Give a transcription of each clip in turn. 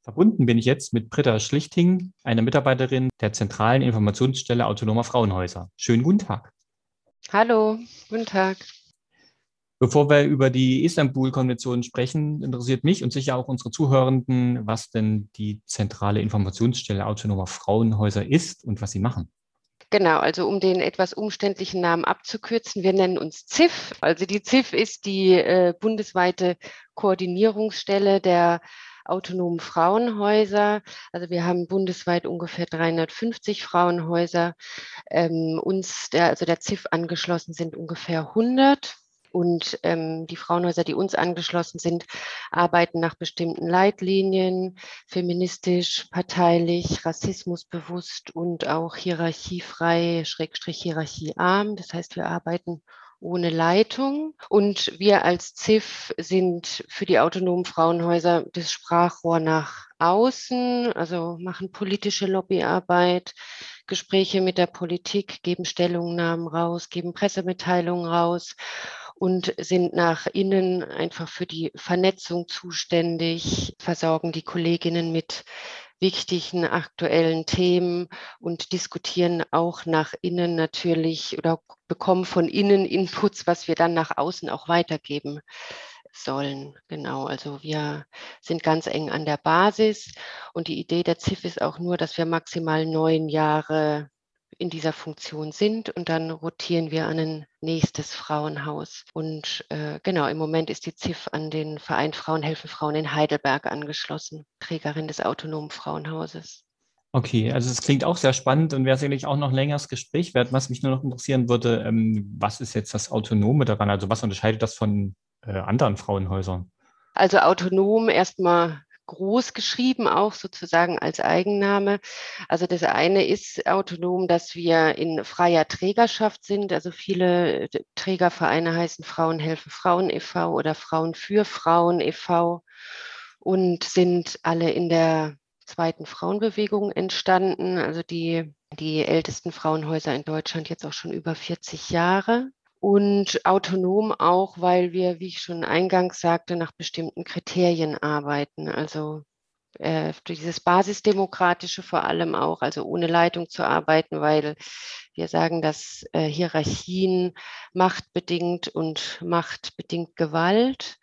Verbunden bin ich jetzt mit Britta Schlichting, einer Mitarbeiterin der zentralen Informationsstelle Autonomer Frauenhäuser. Schönen guten Tag. Hallo, guten Tag. Bevor wir über die Istanbul-Konvention sprechen, interessiert mich und sicher auch unsere Zuhörenden, was denn die zentrale Informationsstelle Autonomer Frauenhäuser ist und was sie machen. Genau, also um den etwas umständlichen Namen abzukürzen, wir nennen uns ZIF. Also die ZIF ist die bundesweite Koordinierungsstelle der autonomen Frauenhäuser. Also wir haben bundesweit ungefähr 350 Frauenhäuser. Also der ZIF angeschlossen sind ungefähr 100. Und die Frauenhäuser, die uns angeschlossen sind, arbeiten nach bestimmten Leitlinien, feministisch, parteilich, rassismusbewusst und auch hierarchiefrei, Schrägstrich hierarchiearm. Das heißt, wir arbeiten ohne Leitung. Und wir als ZIF sind für die autonomen Frauenhäuser das Sprachrohr nach außen, also machen politische Lobbyarbeit, Gespräche mit der Politik, geben Stellungnahmen raus, geben Pressemitteilungen raus und sind nach innen einfach für die Vernetzung zuständig, versorgen die Kolleginnen mit wichtigen aktuellen Themen und diskutieren auch nach innen natürlich oder bekommen von innen Inputs, was wir dann nach außen auch weitergeben sollen. Genau, also wir sind ganz eng an der Basis und die Idee der ZIF ist auch nur, dass wir maximal 9 Jahre in dieser Funktion sind und dann rotieren wir an ein nächstes Frauenhaus. Und genau, im Moment ist die ZIF an den Verein Frauen helfen Frauen in Heidelberg angeschlossen, Trägerin des autonomen Frauenhauses. Okay, also es klingt auch sehr spannend und wäre sicherlich auch noch ein längeres Gespräch wert. Was mich nur noch interessieren würde, was ist jetzt das Autonome daran? Also was unterscheidet das von anderen Frauenhäusern? Also autonom erstmal groß geschrieben, auch sozusagen als Eigenname. Also das eine ist autonom, dass wir in freier Trägerschaft sind. Also viele Trägervereine heißen Frauen helfen Frauen e.V. oder Frauen für Frauen e.V. und sind alle in der zweiten Frauenbewegung entstanden. Also die ältesten Frauenhäuser in Deutschland jetzt auch schon über 40 Jahre. Und autonom auch, weil wir, wie ich schon eingangs sagte, nach bestimmten Kriterien arbeiten. Also dieses Basisdemokratische vor allem auch, also ohne Leitung zu arbeiten, weil wir sagen, dass Hierarchien machtbedingt und machtbedingt Gewalt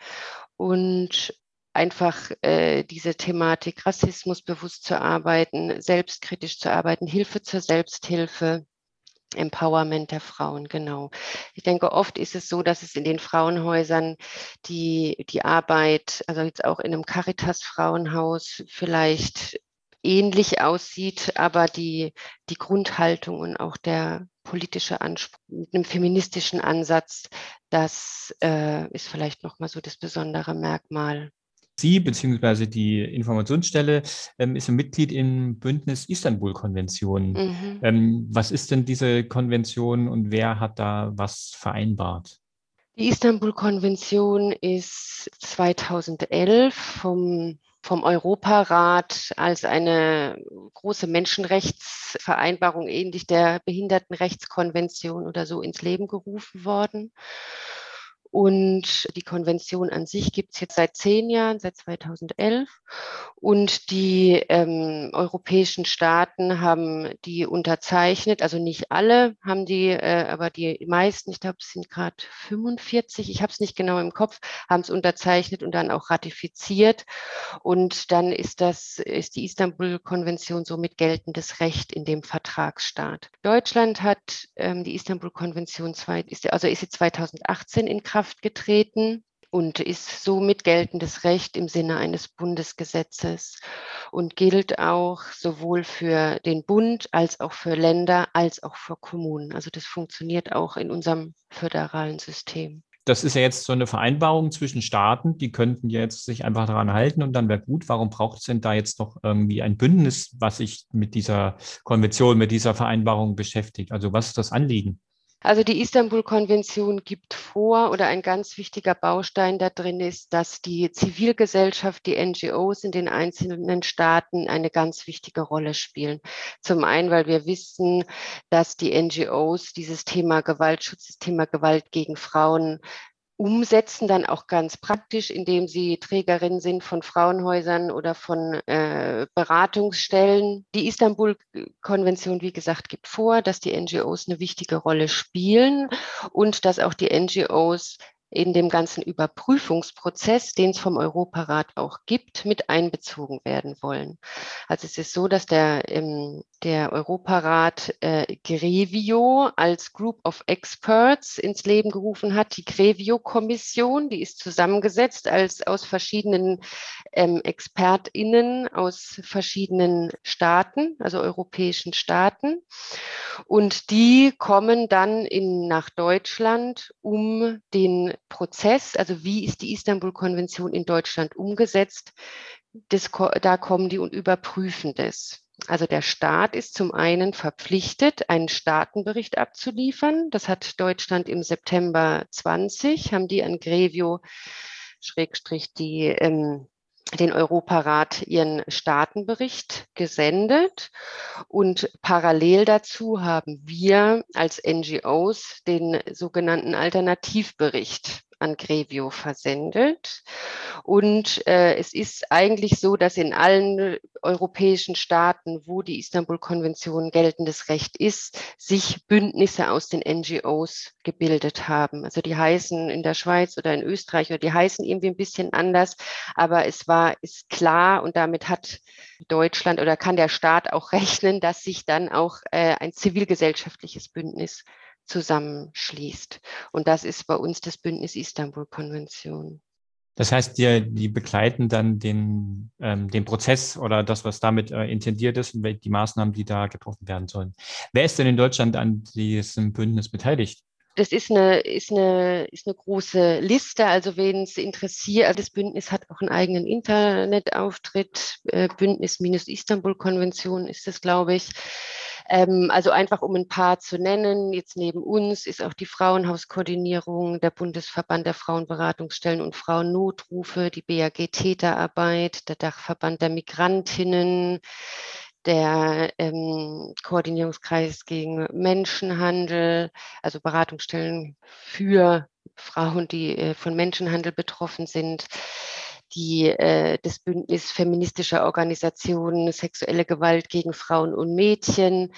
und einfach diese Thematik Rassismus bewusst zu arbeiten, selbstkritisch zu arbeiten, Hilfe zur Selbsthilfe. Empowerment der Frauen, genau. Ich denke, oft ist es so, dass es in den Frauenhäusern die Arbeit, also jetzt auch in einem Caritas-Frauenhaus vielleicht ähnlich aussieht, aber die Grundhaltung und auch der politische Anspruch mit einem feministischen Ansatz, das ist vielleicht nochmal so das besondere Merkmal. Sie bzw. die Informationsstelle ist ein Mitglied im Bündnis Istanbul-Konvention. Mhm. Was ist denn diese Konvention und wer hat da was vereinbart? Die Istanbul-Konvention ist 2011 vom Europarat als eine große Menschenrechtsvereinbarung ähnlich der Behindertenrechtskonvention oder so ins Leben gerufen worden. Und die Konvention an sich gibt es jetzt seit 10 Jahren, seit 2011. Und die europäischen Staaten haben die unterzeichnet, also nicht alle haben die, aber die meisten, ich glaube, es sind gerade 45, ich habe es nicht genau im Kopf, haben es unterzeichnet und dann auch ratifiziert. Und dann ist die Istanbul-Konvention somit geltendes Recht in dem Vertragsstaat. Deutschland hat die Istanbul-Konvention, ist sie 2018 in Kraft getreten und ist somit geltendes Recht im Sinne eines Bundesgesetzes und gilt auch sowohl für den Bund als auch für Länder als auch für Kommunen. Also das funktioniert auch in unserem föderalen System. Das ist ja jetzt so eine Vereinbarung zwischen Staaten, die könnten jetzt sich einfach daran halten und dann wäre gut. Warum braucht es denn da jetzt noch irgendwie ein Bündnis, was sich mit dieser Konvention, mit dieser Vereinbarung beschäftigt? Also was ist das Anliegen? Also die Istanbul-Konvention gibt vor oder ein ganz wichtiger Baustein da drin ist, dass die Zivilgesellschaft, die NGOs in den einzelnen Staaten eine ganz wichtige Rolle spielen. Zum einen, weil wir wissen, dass die NGOs dieses Thema Gewaltschutz, das Thema Gewalt gegen Frauen umsetzen dann auch ganz praktisch, indem sie Trägerin sind von Frauenhäusern oder von Beratungsstellen. Die Istanbul-Konvention, wie gesagt, gibt vor, dass die NGOs eine wichtige Rolle spielen und dass auch die NGOs in dem ganzen Überprüfungsprozess, den es vom Europarat auch gibt, mit einbezogen werden wollen. Also es ist so, dass der Europarat Grevio als Group of Experts ins Leben gerufen hat. Die Grevio-Kommission, die ist zusammengesetzt aus verschiedenen ExpertInnen aus verschiedenen Staaten, also europäischen Staaten. Und die kommen dann nach Deutschland, um den Prozess, also wie ist die Istanbul-Konvention in Deutschland umgesetzt, da kommen die und überprüfen das. Also der Staat ist zum einen verpflichtet, einen Staatenbericht abzuliefern. Das hat Deutschland im September 20, haben die an Grevio Schrägstrich den Europarat ihren Staatenbericht gesendet. Und parallel dazu haben wir als NGOs den sogenannten Alternativbericht an Grevio versendet. Und es ist eigentlich so, dass in allen europäischen Staaten, wo die Istanbul-Konvention geltendes Recht ist, sich Bündnisse aus den NGOs gebildet haben. Also die heißen in der Schweiz oder in Österreich oder die heißen irgendwie ein bisschen anders, aber ist klar und damit hat Deutschland oder kann der Staat auch rechnen, dass sich dann auch ein zivilgesellschaftliches Bündnis zusammenschließt. Und das ist bei uns das Bündnis Istanbul-Konvention. Das heißt, die begleiten dann den Prozess oder das, was damit intendiert ist und die Maßnahmen, die da getroffen werden sollen. Wer ist denn in Deutschland an diesem Bündnis beteiligt? Das ist eine große Liste, also wen es interessiert. Also das Bündnis hat auch einen eigenen Internetauftritt. Bündnis-Istanbul-Konvention ist es, glaube ich. Also einfach um ein paar zu nennen. Jetzt neben uns ist auch die Frauenhauskoordinierung, der Bundesverband der Frauenberatungsstellen und Frauennotrufe, die BAG Täterarbeit, der Dachverband der Migrantinnen, der Koordinierungskreis gegen Menschenhandel, also Beratungsstellen für Frauen, die von Menschenhandel betroffen sind, das Bündnis feministischer Organisationen, sexuelle Gewalt gegen Frauen und Mädchen,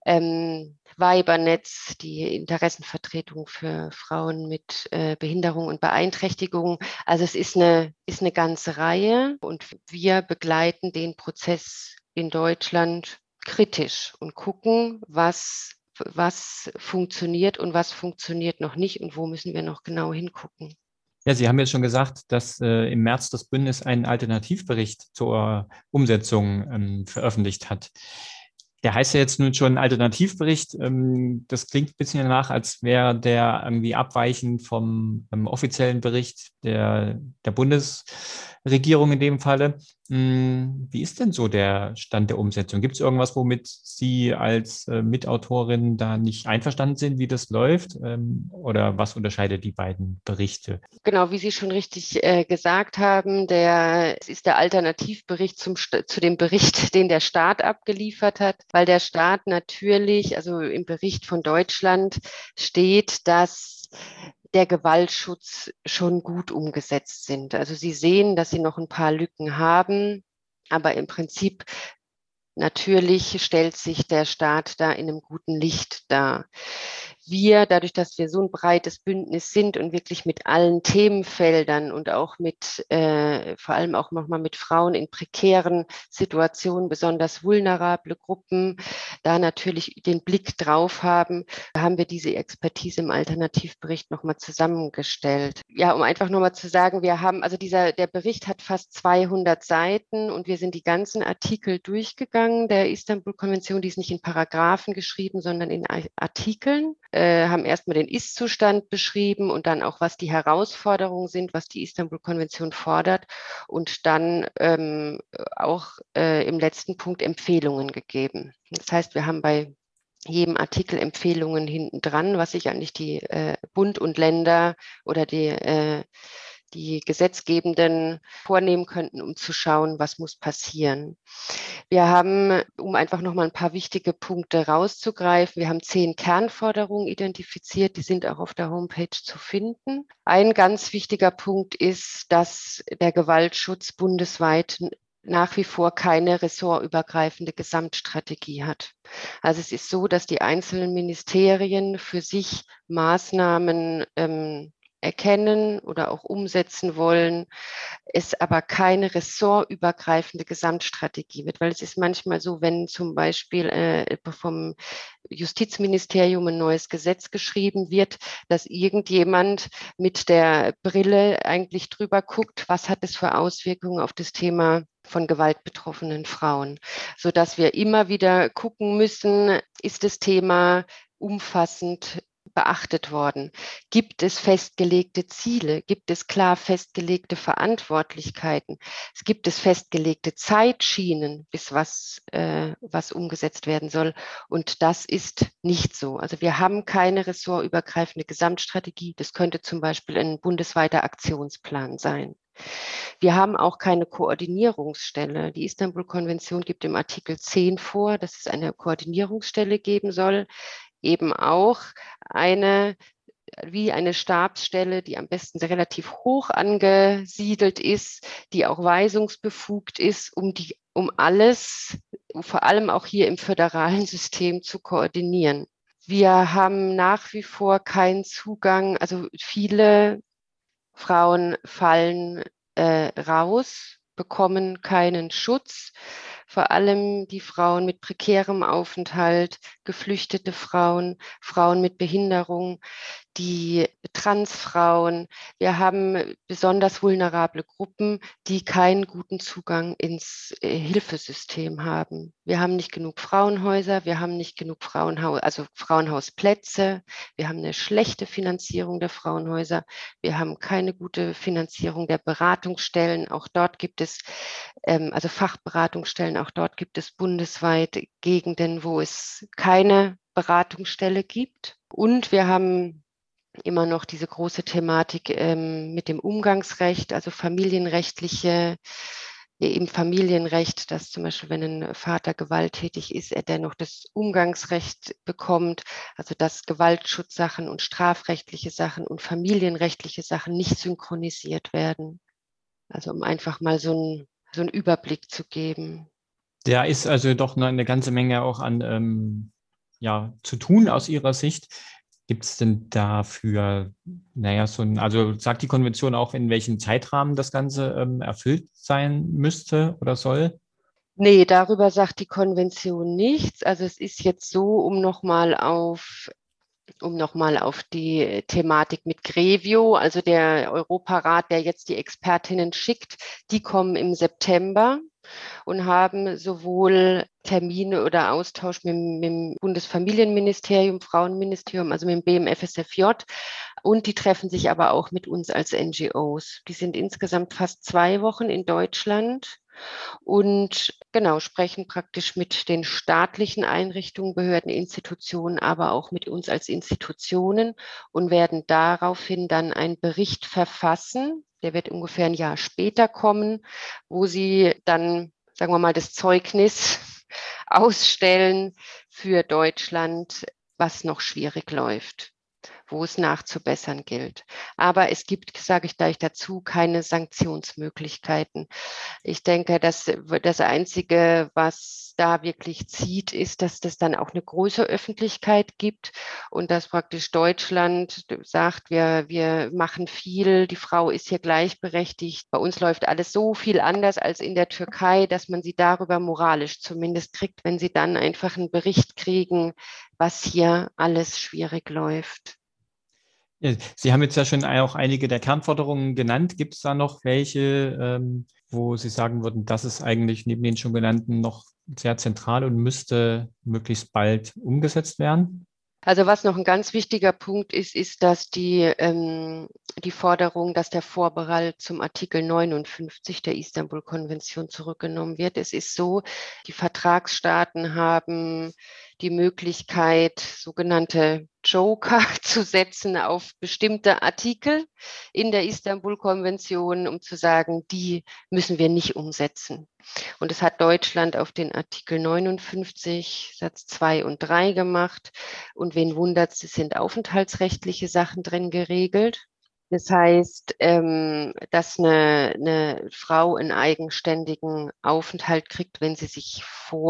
Weibernetz, die Interessenvertretung für Frauen mit Behinderung und Beeinträchtigung. Also es ist eine ganze Reihe und wir begleiten den Prozess in Deutschland kritisch und gucken, was funktioniert und was funktioniert noch nicht und wo müssen wir noch genau hingucken. Ja, Sie haben jetzt schon gesagt, dass im März das Bündnis einen Alternativbericht zur Umsetzung veröffentlicht hat. Der heißt ja jetzt nun schon Alternativbericht. Das klingt ein bisschen danach, als wäre der irgendwie abweichend vom offiziellen Bericht der Bundesregierung in dem Falle. Wie ist denn so der Stand der Umsetzung? Gibt es irgendwas, womit Sie als Mitautorin da nicht einverstanden sind, wie das läuft? Oder was unterscheidet die beiden Berichte? Genau, wie Sie schon richtig gesagt haben, es ist der Alternativbericht zu dem Bericht, den der Staat abgeliefert hat, weil der Staat natürlich, also im Bericht von Deutschland steht, dass der Gewaltschutz schon gut umgesetzt sind. Also Sie sehen, dass Sie noch ein paar Lücken haben, aber im Prinzip natürlich stellt sich der Staat da in einem guten Licht dar. Dadurch, dass wir so ein breites Bündnis sind und wirklich mit allen Themenfeldern und auch vor allem auch nochmal mit Frauen in prekären Situationen, besonders vulnerable Gruppen, da natürlich den Blick drauf haben, haben wir diese Expertise im Alternativbericht nochmal zusammengestellt. Ja, um einfach nochmal zu sagen, der Bericht hat fast 200 Seiten und wir sind die ganzen Artikel durchgegangen der Istanbul-Konvention. Die ist nicht in Paragraphen geschrieben, sondern in Artikeln. Haben erstmal den Ist-Zustand beschrieben und dann auch, was die Herausforderungen sind, was die Istanbul-Konvention fordert und dann auch im letzten Punkt Empfehlungen gegeben. Das heißt, wir haben bei jedem Artikel Empfehlungen hinten dran, was sich eigentlich die Bund und Länder oder die Gesetzgebenden vornehmen könnten, um zu schauen, was muss passieren. Wir haben, um einfach nochmal ein paar wichtige Punkte rauszugreifen, wir haben 10 Kernforderungen identifiziert, die sind auch auf der Homepage zu finden. Ein ganz wichtiger Punkt ist, dass der Gewaltschutz bundesweit nach wie vor keine ressortübergreifende Gesamtstrategie hat. Also es ist so, dass die einzelnen Ministerien für sich Maßnahmen erkennen oder auch umsetzen wollen, es aber keine ressortübergreifende Gesamtstrategie wird, weil es ist manchmal so, wenn zum Beispiel vom Justizministerium ein neues Gesetz geschrieben wird, dass irgendjemand mit der Brille eigentlich drüber guckt, was hat es für Auswirkungen auf das Thema von gewaltbetroffenen Frauen, sodass wir immer wieder gucken müssen, ist das Thema umfassend beachtet worden? Gibt es festgelegte Ziele? Gibt es klar festgelegte Verantwortlichkeiten? Gibt es festgelegte Zeitschienen, bis was umgesetzt werden soll? Und das ist nicht so. Also wir haben keine ressortübergreifende Gesamtstrategie. Das könnte zum Beispiel ein bundesweiter Aktionsplan sein. Wir haben auch keine Koordinierungsstelle. Die Istanbul-Konvention gibt im Artikel 10 vor, dass es eine Koordinierungsstelle geben soll, eben auch eine Stabsstelle, die am besten relativ hoch angesiedelt ist, die auch weisungsbefugt ist, um alles, vor allem auch hier im föderalen System zu koordinieren. Wir haben nach wie vor keinen Zugang, also viele Frauen fallen raus, bekommen keinen Schutz. Vor allem die Frauen mit prekärem Aufenthalt, geflüchtete Frauen, Frauen mit Behinderung, die Transfrauen. Wir haben besonders vulnerable Gruppen, die keinen guten Zugang ins Hilfesystem haben. Wir haben nicht genug Frauenhäuser, wir haben nicht genug Frauenhausplätze, wir haben eine schlechte Finanzierung der Frauenhäuser, wir haben keine gute Finanzierung der Beratungsstellen. Auch dort gibt es, also Fachberatungsstellen, auch dort gibt es bundesweit Gegenden, wo es keine Beratungsstelle gibt. Und wir haben immer noch diese große Thematik mit dem Umgangsrecht, also im Familienrecht, dass zum Beispiel, wenn ein Vater gewalttätig ist, er dennoch das Umgangsrecht bekommt, also dass Gewaltschutzsachen und strafrechtliche Sachen und familienrechtliche Sachen nicht synchronisiert werden. Also um einfach mal so einen Überblick zu geben. Da ist also doch noch eine ganze Menge auch an zu tun aus Ihrer Sicht. Gibt es denn dafür, also sagt die Konvention auch, in welchem Zeitrahmen das Ganze erfüllt sein müsste oder soll? Nee, darüber sagt die Konvention nichts. Also es ist jetzt so, um nochmal auf die Thematik mit Grevio, also der Europarat, der jetzt die Expertinnen schickt, die kommen im September und haben sowohl Termine oder Austausch mit dem Bundesfamilienministerium, Frauenministerium, also mit dem BMFSFJ, und die treffen sich aber auch mit uns als NGOs. Die sind insgesamt fast 2 Wochen in Deutschland und genau, sprechen praktisch mit den staatlichen Einrichtungen, Behörden, Institutionen, aber auch mit uns als Institutionen und werden daraufhin dann einen Bericht verfassen. Der wird ungefähr ein Jahr später kommen, wo sie dann, sagen wir mal, das Zeugnis ausstellen für Deutschland, was noch schwierig läuft, wo es nachzubessern gilt. Aber es gibt, sage ich gleich dazu, keine Sanktionsmöglichkeiten. Ich denke, dass das Einzige, was da wirklich zieht, ist, dass das dann auch eine große Öffentlichkeit gibt und dass praktisch Deutschland sagt, wir machen viel, die Frau ist hier gleichberechtigt. Bei uns läuft alles so viel anders als in der Türkei, dass man sie darüber moralisch zumindest kriegt, wenn sie dann einfach einen Bericht kriegen, was hier alles schwierig läuft. Ja, Sie haben jetzt ja schon auch einige der Kernforderungen genannt. Gibt es da noch welche, wo Sie sagen würden, das ist eigentlich neben den schon genannten noch sehr zentral und müsste möglichst bald umgesetzt werden? Also was noch ein ganz wichtiger Punkt ist, ist, dass die Forderung, dass der Vorbehalt zum Artikel 59 der Istanbul-Konvention zurückgenommen wird. Es ist so, die Vertragsstaaten haben die Möglichkeit, sogenannte Joker zu setzen auf bestimmte Artikel in der Istanbul-Konvention, um zu sagen, die müssen wir nicht umsetzen. Und das hat Deutschland auf den Artikel 59 Satz 2 und 3 gemacht. Und wen wundert es, sind aufenthaltsrechtliche Sachen drin geregelt. Das heißt, dass eine Frau einen eigenständigen Aufenthalt kriegt, wenn sie sich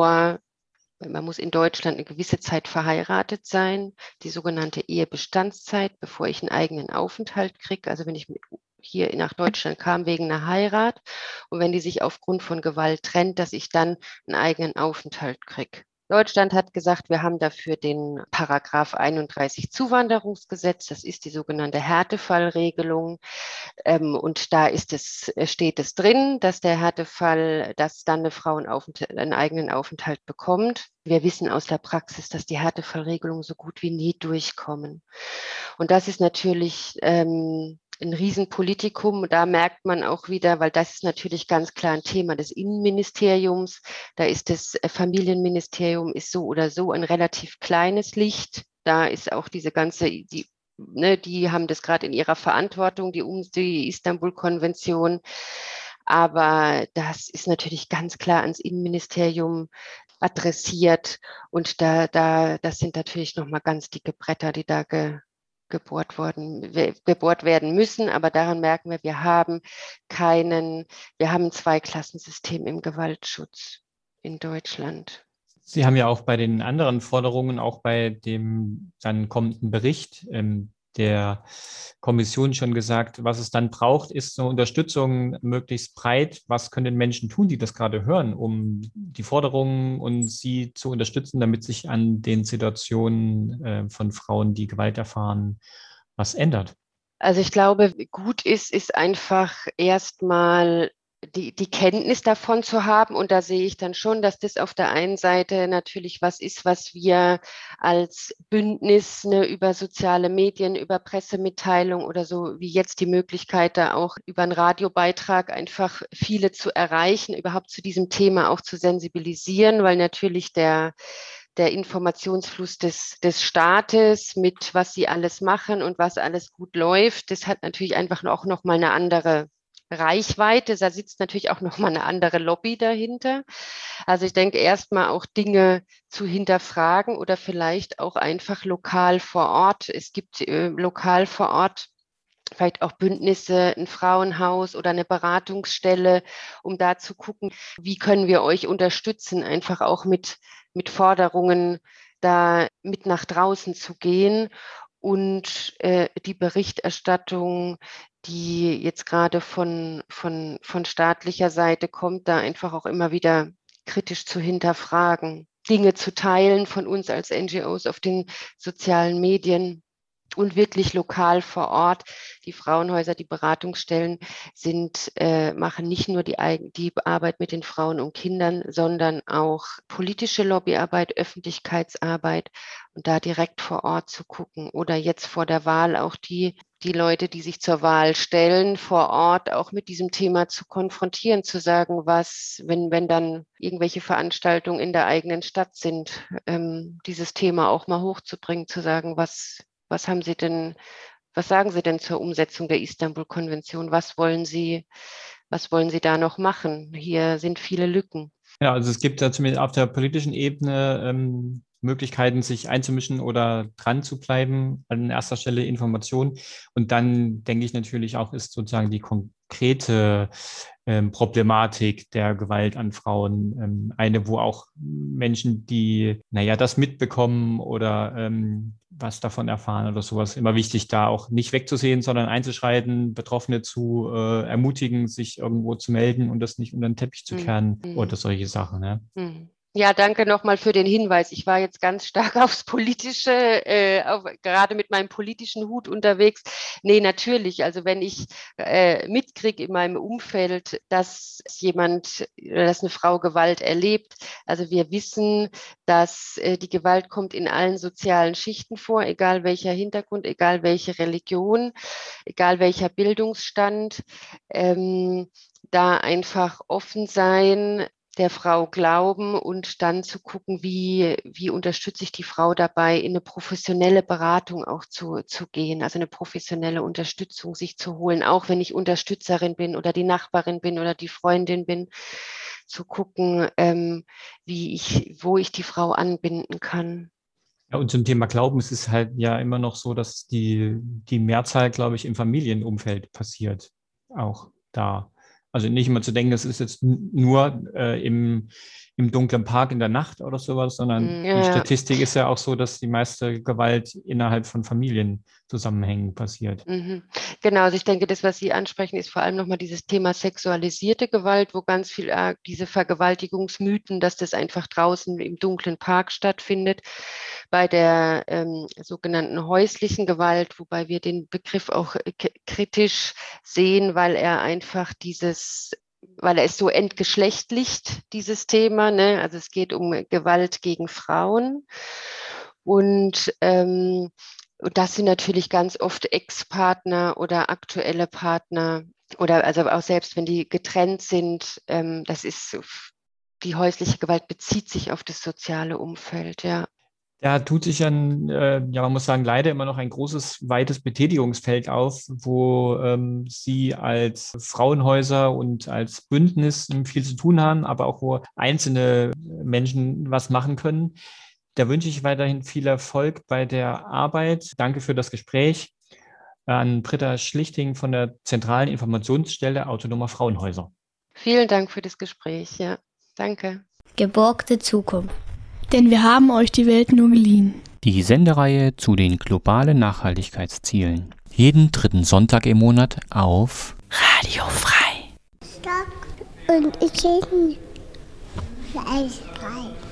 man muss in Deutschland eine gewisse Zeit verheiratet sein, die sogenannte Ehebestandszeit, bevor ich einen eigenen Aufenthalt kriege. Also wenn ich hier nach Deutschland kam wegen einer Heirat und wenn die sich aufgrund von Gewalt trennt, dass ich dann einen eigenen Aufenthalt kriege. Deutschland hat gesagt, wir haben dafür den Paragraph 31 Zuwanderungsgesetz, das ist die sogenannte Härtefallregelung. Und da steht es drin, dass der Härtefall, dass dann eine Frau einen eigenen Aufenthalt bekommt. Wir wissen aus der Praxis, dass die Härtefallregelungen so gut wie nie durchkommen. Und das ist natürlich ein Riesenpolitikum. Da merkt man auch wieder, weil das ist natürlich ganz klar ein Thema des Innenministeriums. Da ist das Familienministerium ist so oder so ein relativ kleines Licht. Da ist auch die haben das gerade in ihrer Verantwortung, die Istanbul-Konvention. Aber das ist natürlich ganz klar ans Innenministerium adressiert. Und das sind natürlich nochmal ganz dicke Bretter, die da gebohrt werden müssen. Aber daran merken wir haben ein Zweiklassensystem im Gewaltschutz in Deutschland. Sie haben ja auch bei den anderen Forderungen, auch bei dem dann kommenden Bericht der Kommission schon gesagt, was es dann braucht, ist eine Unterstützung möglichst breit. Was können Menschen tun, die das gerade hören, um die Forderungen und sie zu unterstützen, damit sich an den Situationen von Frauen, die Gewalt erfahren, was ändert? Also ich glaube, gut ist einfach erstmal die Kenntnis davon zu haben. Und da sehe ich dann schon, dass das auf der einen Seite natürlich was ist, was wir als Bündnis über soziale Medien, über Pressemitteilung oder so, wie jetzt die Möglichkeit, da auch über einen Radiobeitrag einfach viele zu erreichen, überhaupt zu diesem Thema auch zu sensibilisieren, weil natürlich der Informationsfluss des Staates mit, was sie alles machen und was alles gut läuft, das hat natürlich einfach auch nochmal eine andere Reichweite. Da sitzt natürlich auch nochmal eine andere Lobby dahinter. Also ich denke, erstmal auch Dinge zu hinterfragen oder vielleicht auch einfach lokal vor Ort. Es gibt lokal vor Ort vielleicht auch Bündnisse, ein Frauenhaus oder eine Beratungsstelle, um da zu gucken, wie können wir euch unterstützen, einfach auch mit Forderungen da mit nach draußen zu gehen. Und die Berichterstattung, die jetzt gerade von staatlicher Seite kommt, da einfach auch immer wieder kritisch zu hinterfragen, Dinge zu teilen von uns als NGOs auf den sozialen Medien und wirklich lokal vor Ort. Die Frauenhäuser, die Beratungsstellen machen nicht nur die Arbeit mit den Frauen und Kindern, sondern auch politische Lobbyarbeit, Öffentlichkeitsarbeit und da direkt vor Ort zu gucken oder jetzt vor der Wahl auch die Leute, die sich zur Wahl stellen, vor Ort auch mit diesem Thema zu konfrontieren, zu sagen, wenn dann irgendwelche Veranstaltungen in der eigenen Stadt sind, dieses Thema auch mal hochzubringen, zu sagen, was sagen Sie denn zur Umsetzung der Istanbul-Konvention? Was wollen Sie da noch machen? Hier sind viele Lücken. Ja, also es gibt ja zumindest auf der politischen Ebene Möglichkeiten, sich einzumischen oder dran zu bleiben. An erster Stelle Information. Und dann denke ich natürlich auch, ist sozusagen die konkrete Problematik der Gewalt an Frauen eine, wo auch Menschen, die, naja, das mitbekommen oder was davon erfahren oder sowas, immer wichtig, da auch nicht wegzusehen, sondern einzuschreiten, Betroffene zu ermutigen, sich irgendwo zu melden und das nicht unter den Teppich zu kehren oder solche Sachen. Ne? Ja, danke nochmal für den Hinweis. Ich war jetzt ganz stark aufs Politische, gerade mit meinem politischen Hut unterwegs. Nee, natürlich. Also wenn ich mitkriege in meinem Umfeld, dass eine Frau Gewalt erlebt, also wir wissen, dass die Gewalt kommt in allen sozialen Schichten vor, egal welcher Hintergrund, egal welche Religion, egal welcher Bildungsstand. Da einfach offen sein, der Frau glauben und dann zu gucken, wie unterstütze ich die Frau dabei, in eine professionelle Beratung auch zu gehen, also eine professionelle Unterstützung sich zu holen, auch wenn ich Unterstützerin bin oder die Nachbarin bin oder die Freundin bin, zu gucken, wo ich die Frau anbinden kann. Ja, und zum Thema Glauben, es ist halt ja immer noch so, dass die Mehrzahl, glaube ich, im Familienumfeld passiert. Auch da. Also nicht immer zu denken, das ist jetzt nur im dunklen Park in der Nacht oder sowas, sondern die Ja, Statistik ist ja auch so, dass die meiste Gewalt innerhalb von Familienzusammenhängen passiert. Genau, also ich denke, das, was Sie ansprechen, ist vor allem nochmal dieses Thema sexualisierte Gewalt, wo ganz viel diese Vergewaltigungsmythen, dass das einfach draußen im dunklen Park stattfindet. Bei der sogenannten häuslichen Gewalt, wobei wir den Begriff auch kritisch sehen, weil er es so entgeschlechtlicht, dieses Thema, ne? Also es geht um Gewalt gegen Frauen. Und das sind natürlich ganz oft Ex-Partner oder aktuelle Partner oder also auch selbst wenn die getrennt sind, die häusliche Gewalt bezieht sich auf das soziale Umfeld, ja. Da tut sich ja, man muss sagen, leider immer noch ein großes, weites Betätigungsfeld auf, wo Sie als Frauenhäuser und als Bündnis viel zu tun haben, aber auch wo einzelne Menschen was machen können. Da wünsche ich weiterhin viel Erfolg bei der Arbeit. Danke für das Gespräch an Britta Schlichting von der Zentralen Informationsstelle Autonomer Frauenhäuser. Vielen Dank für das Gespräch, ja. Danke. Geborgte Zukunft. Denn wir haben euch die Welt nur geliehen. Die Sendereihe zu den globalen Nachhaltigkeitszielen. Jeden 3. Sonntag im Monat auf Radio Frei. Stock und ich bin frei.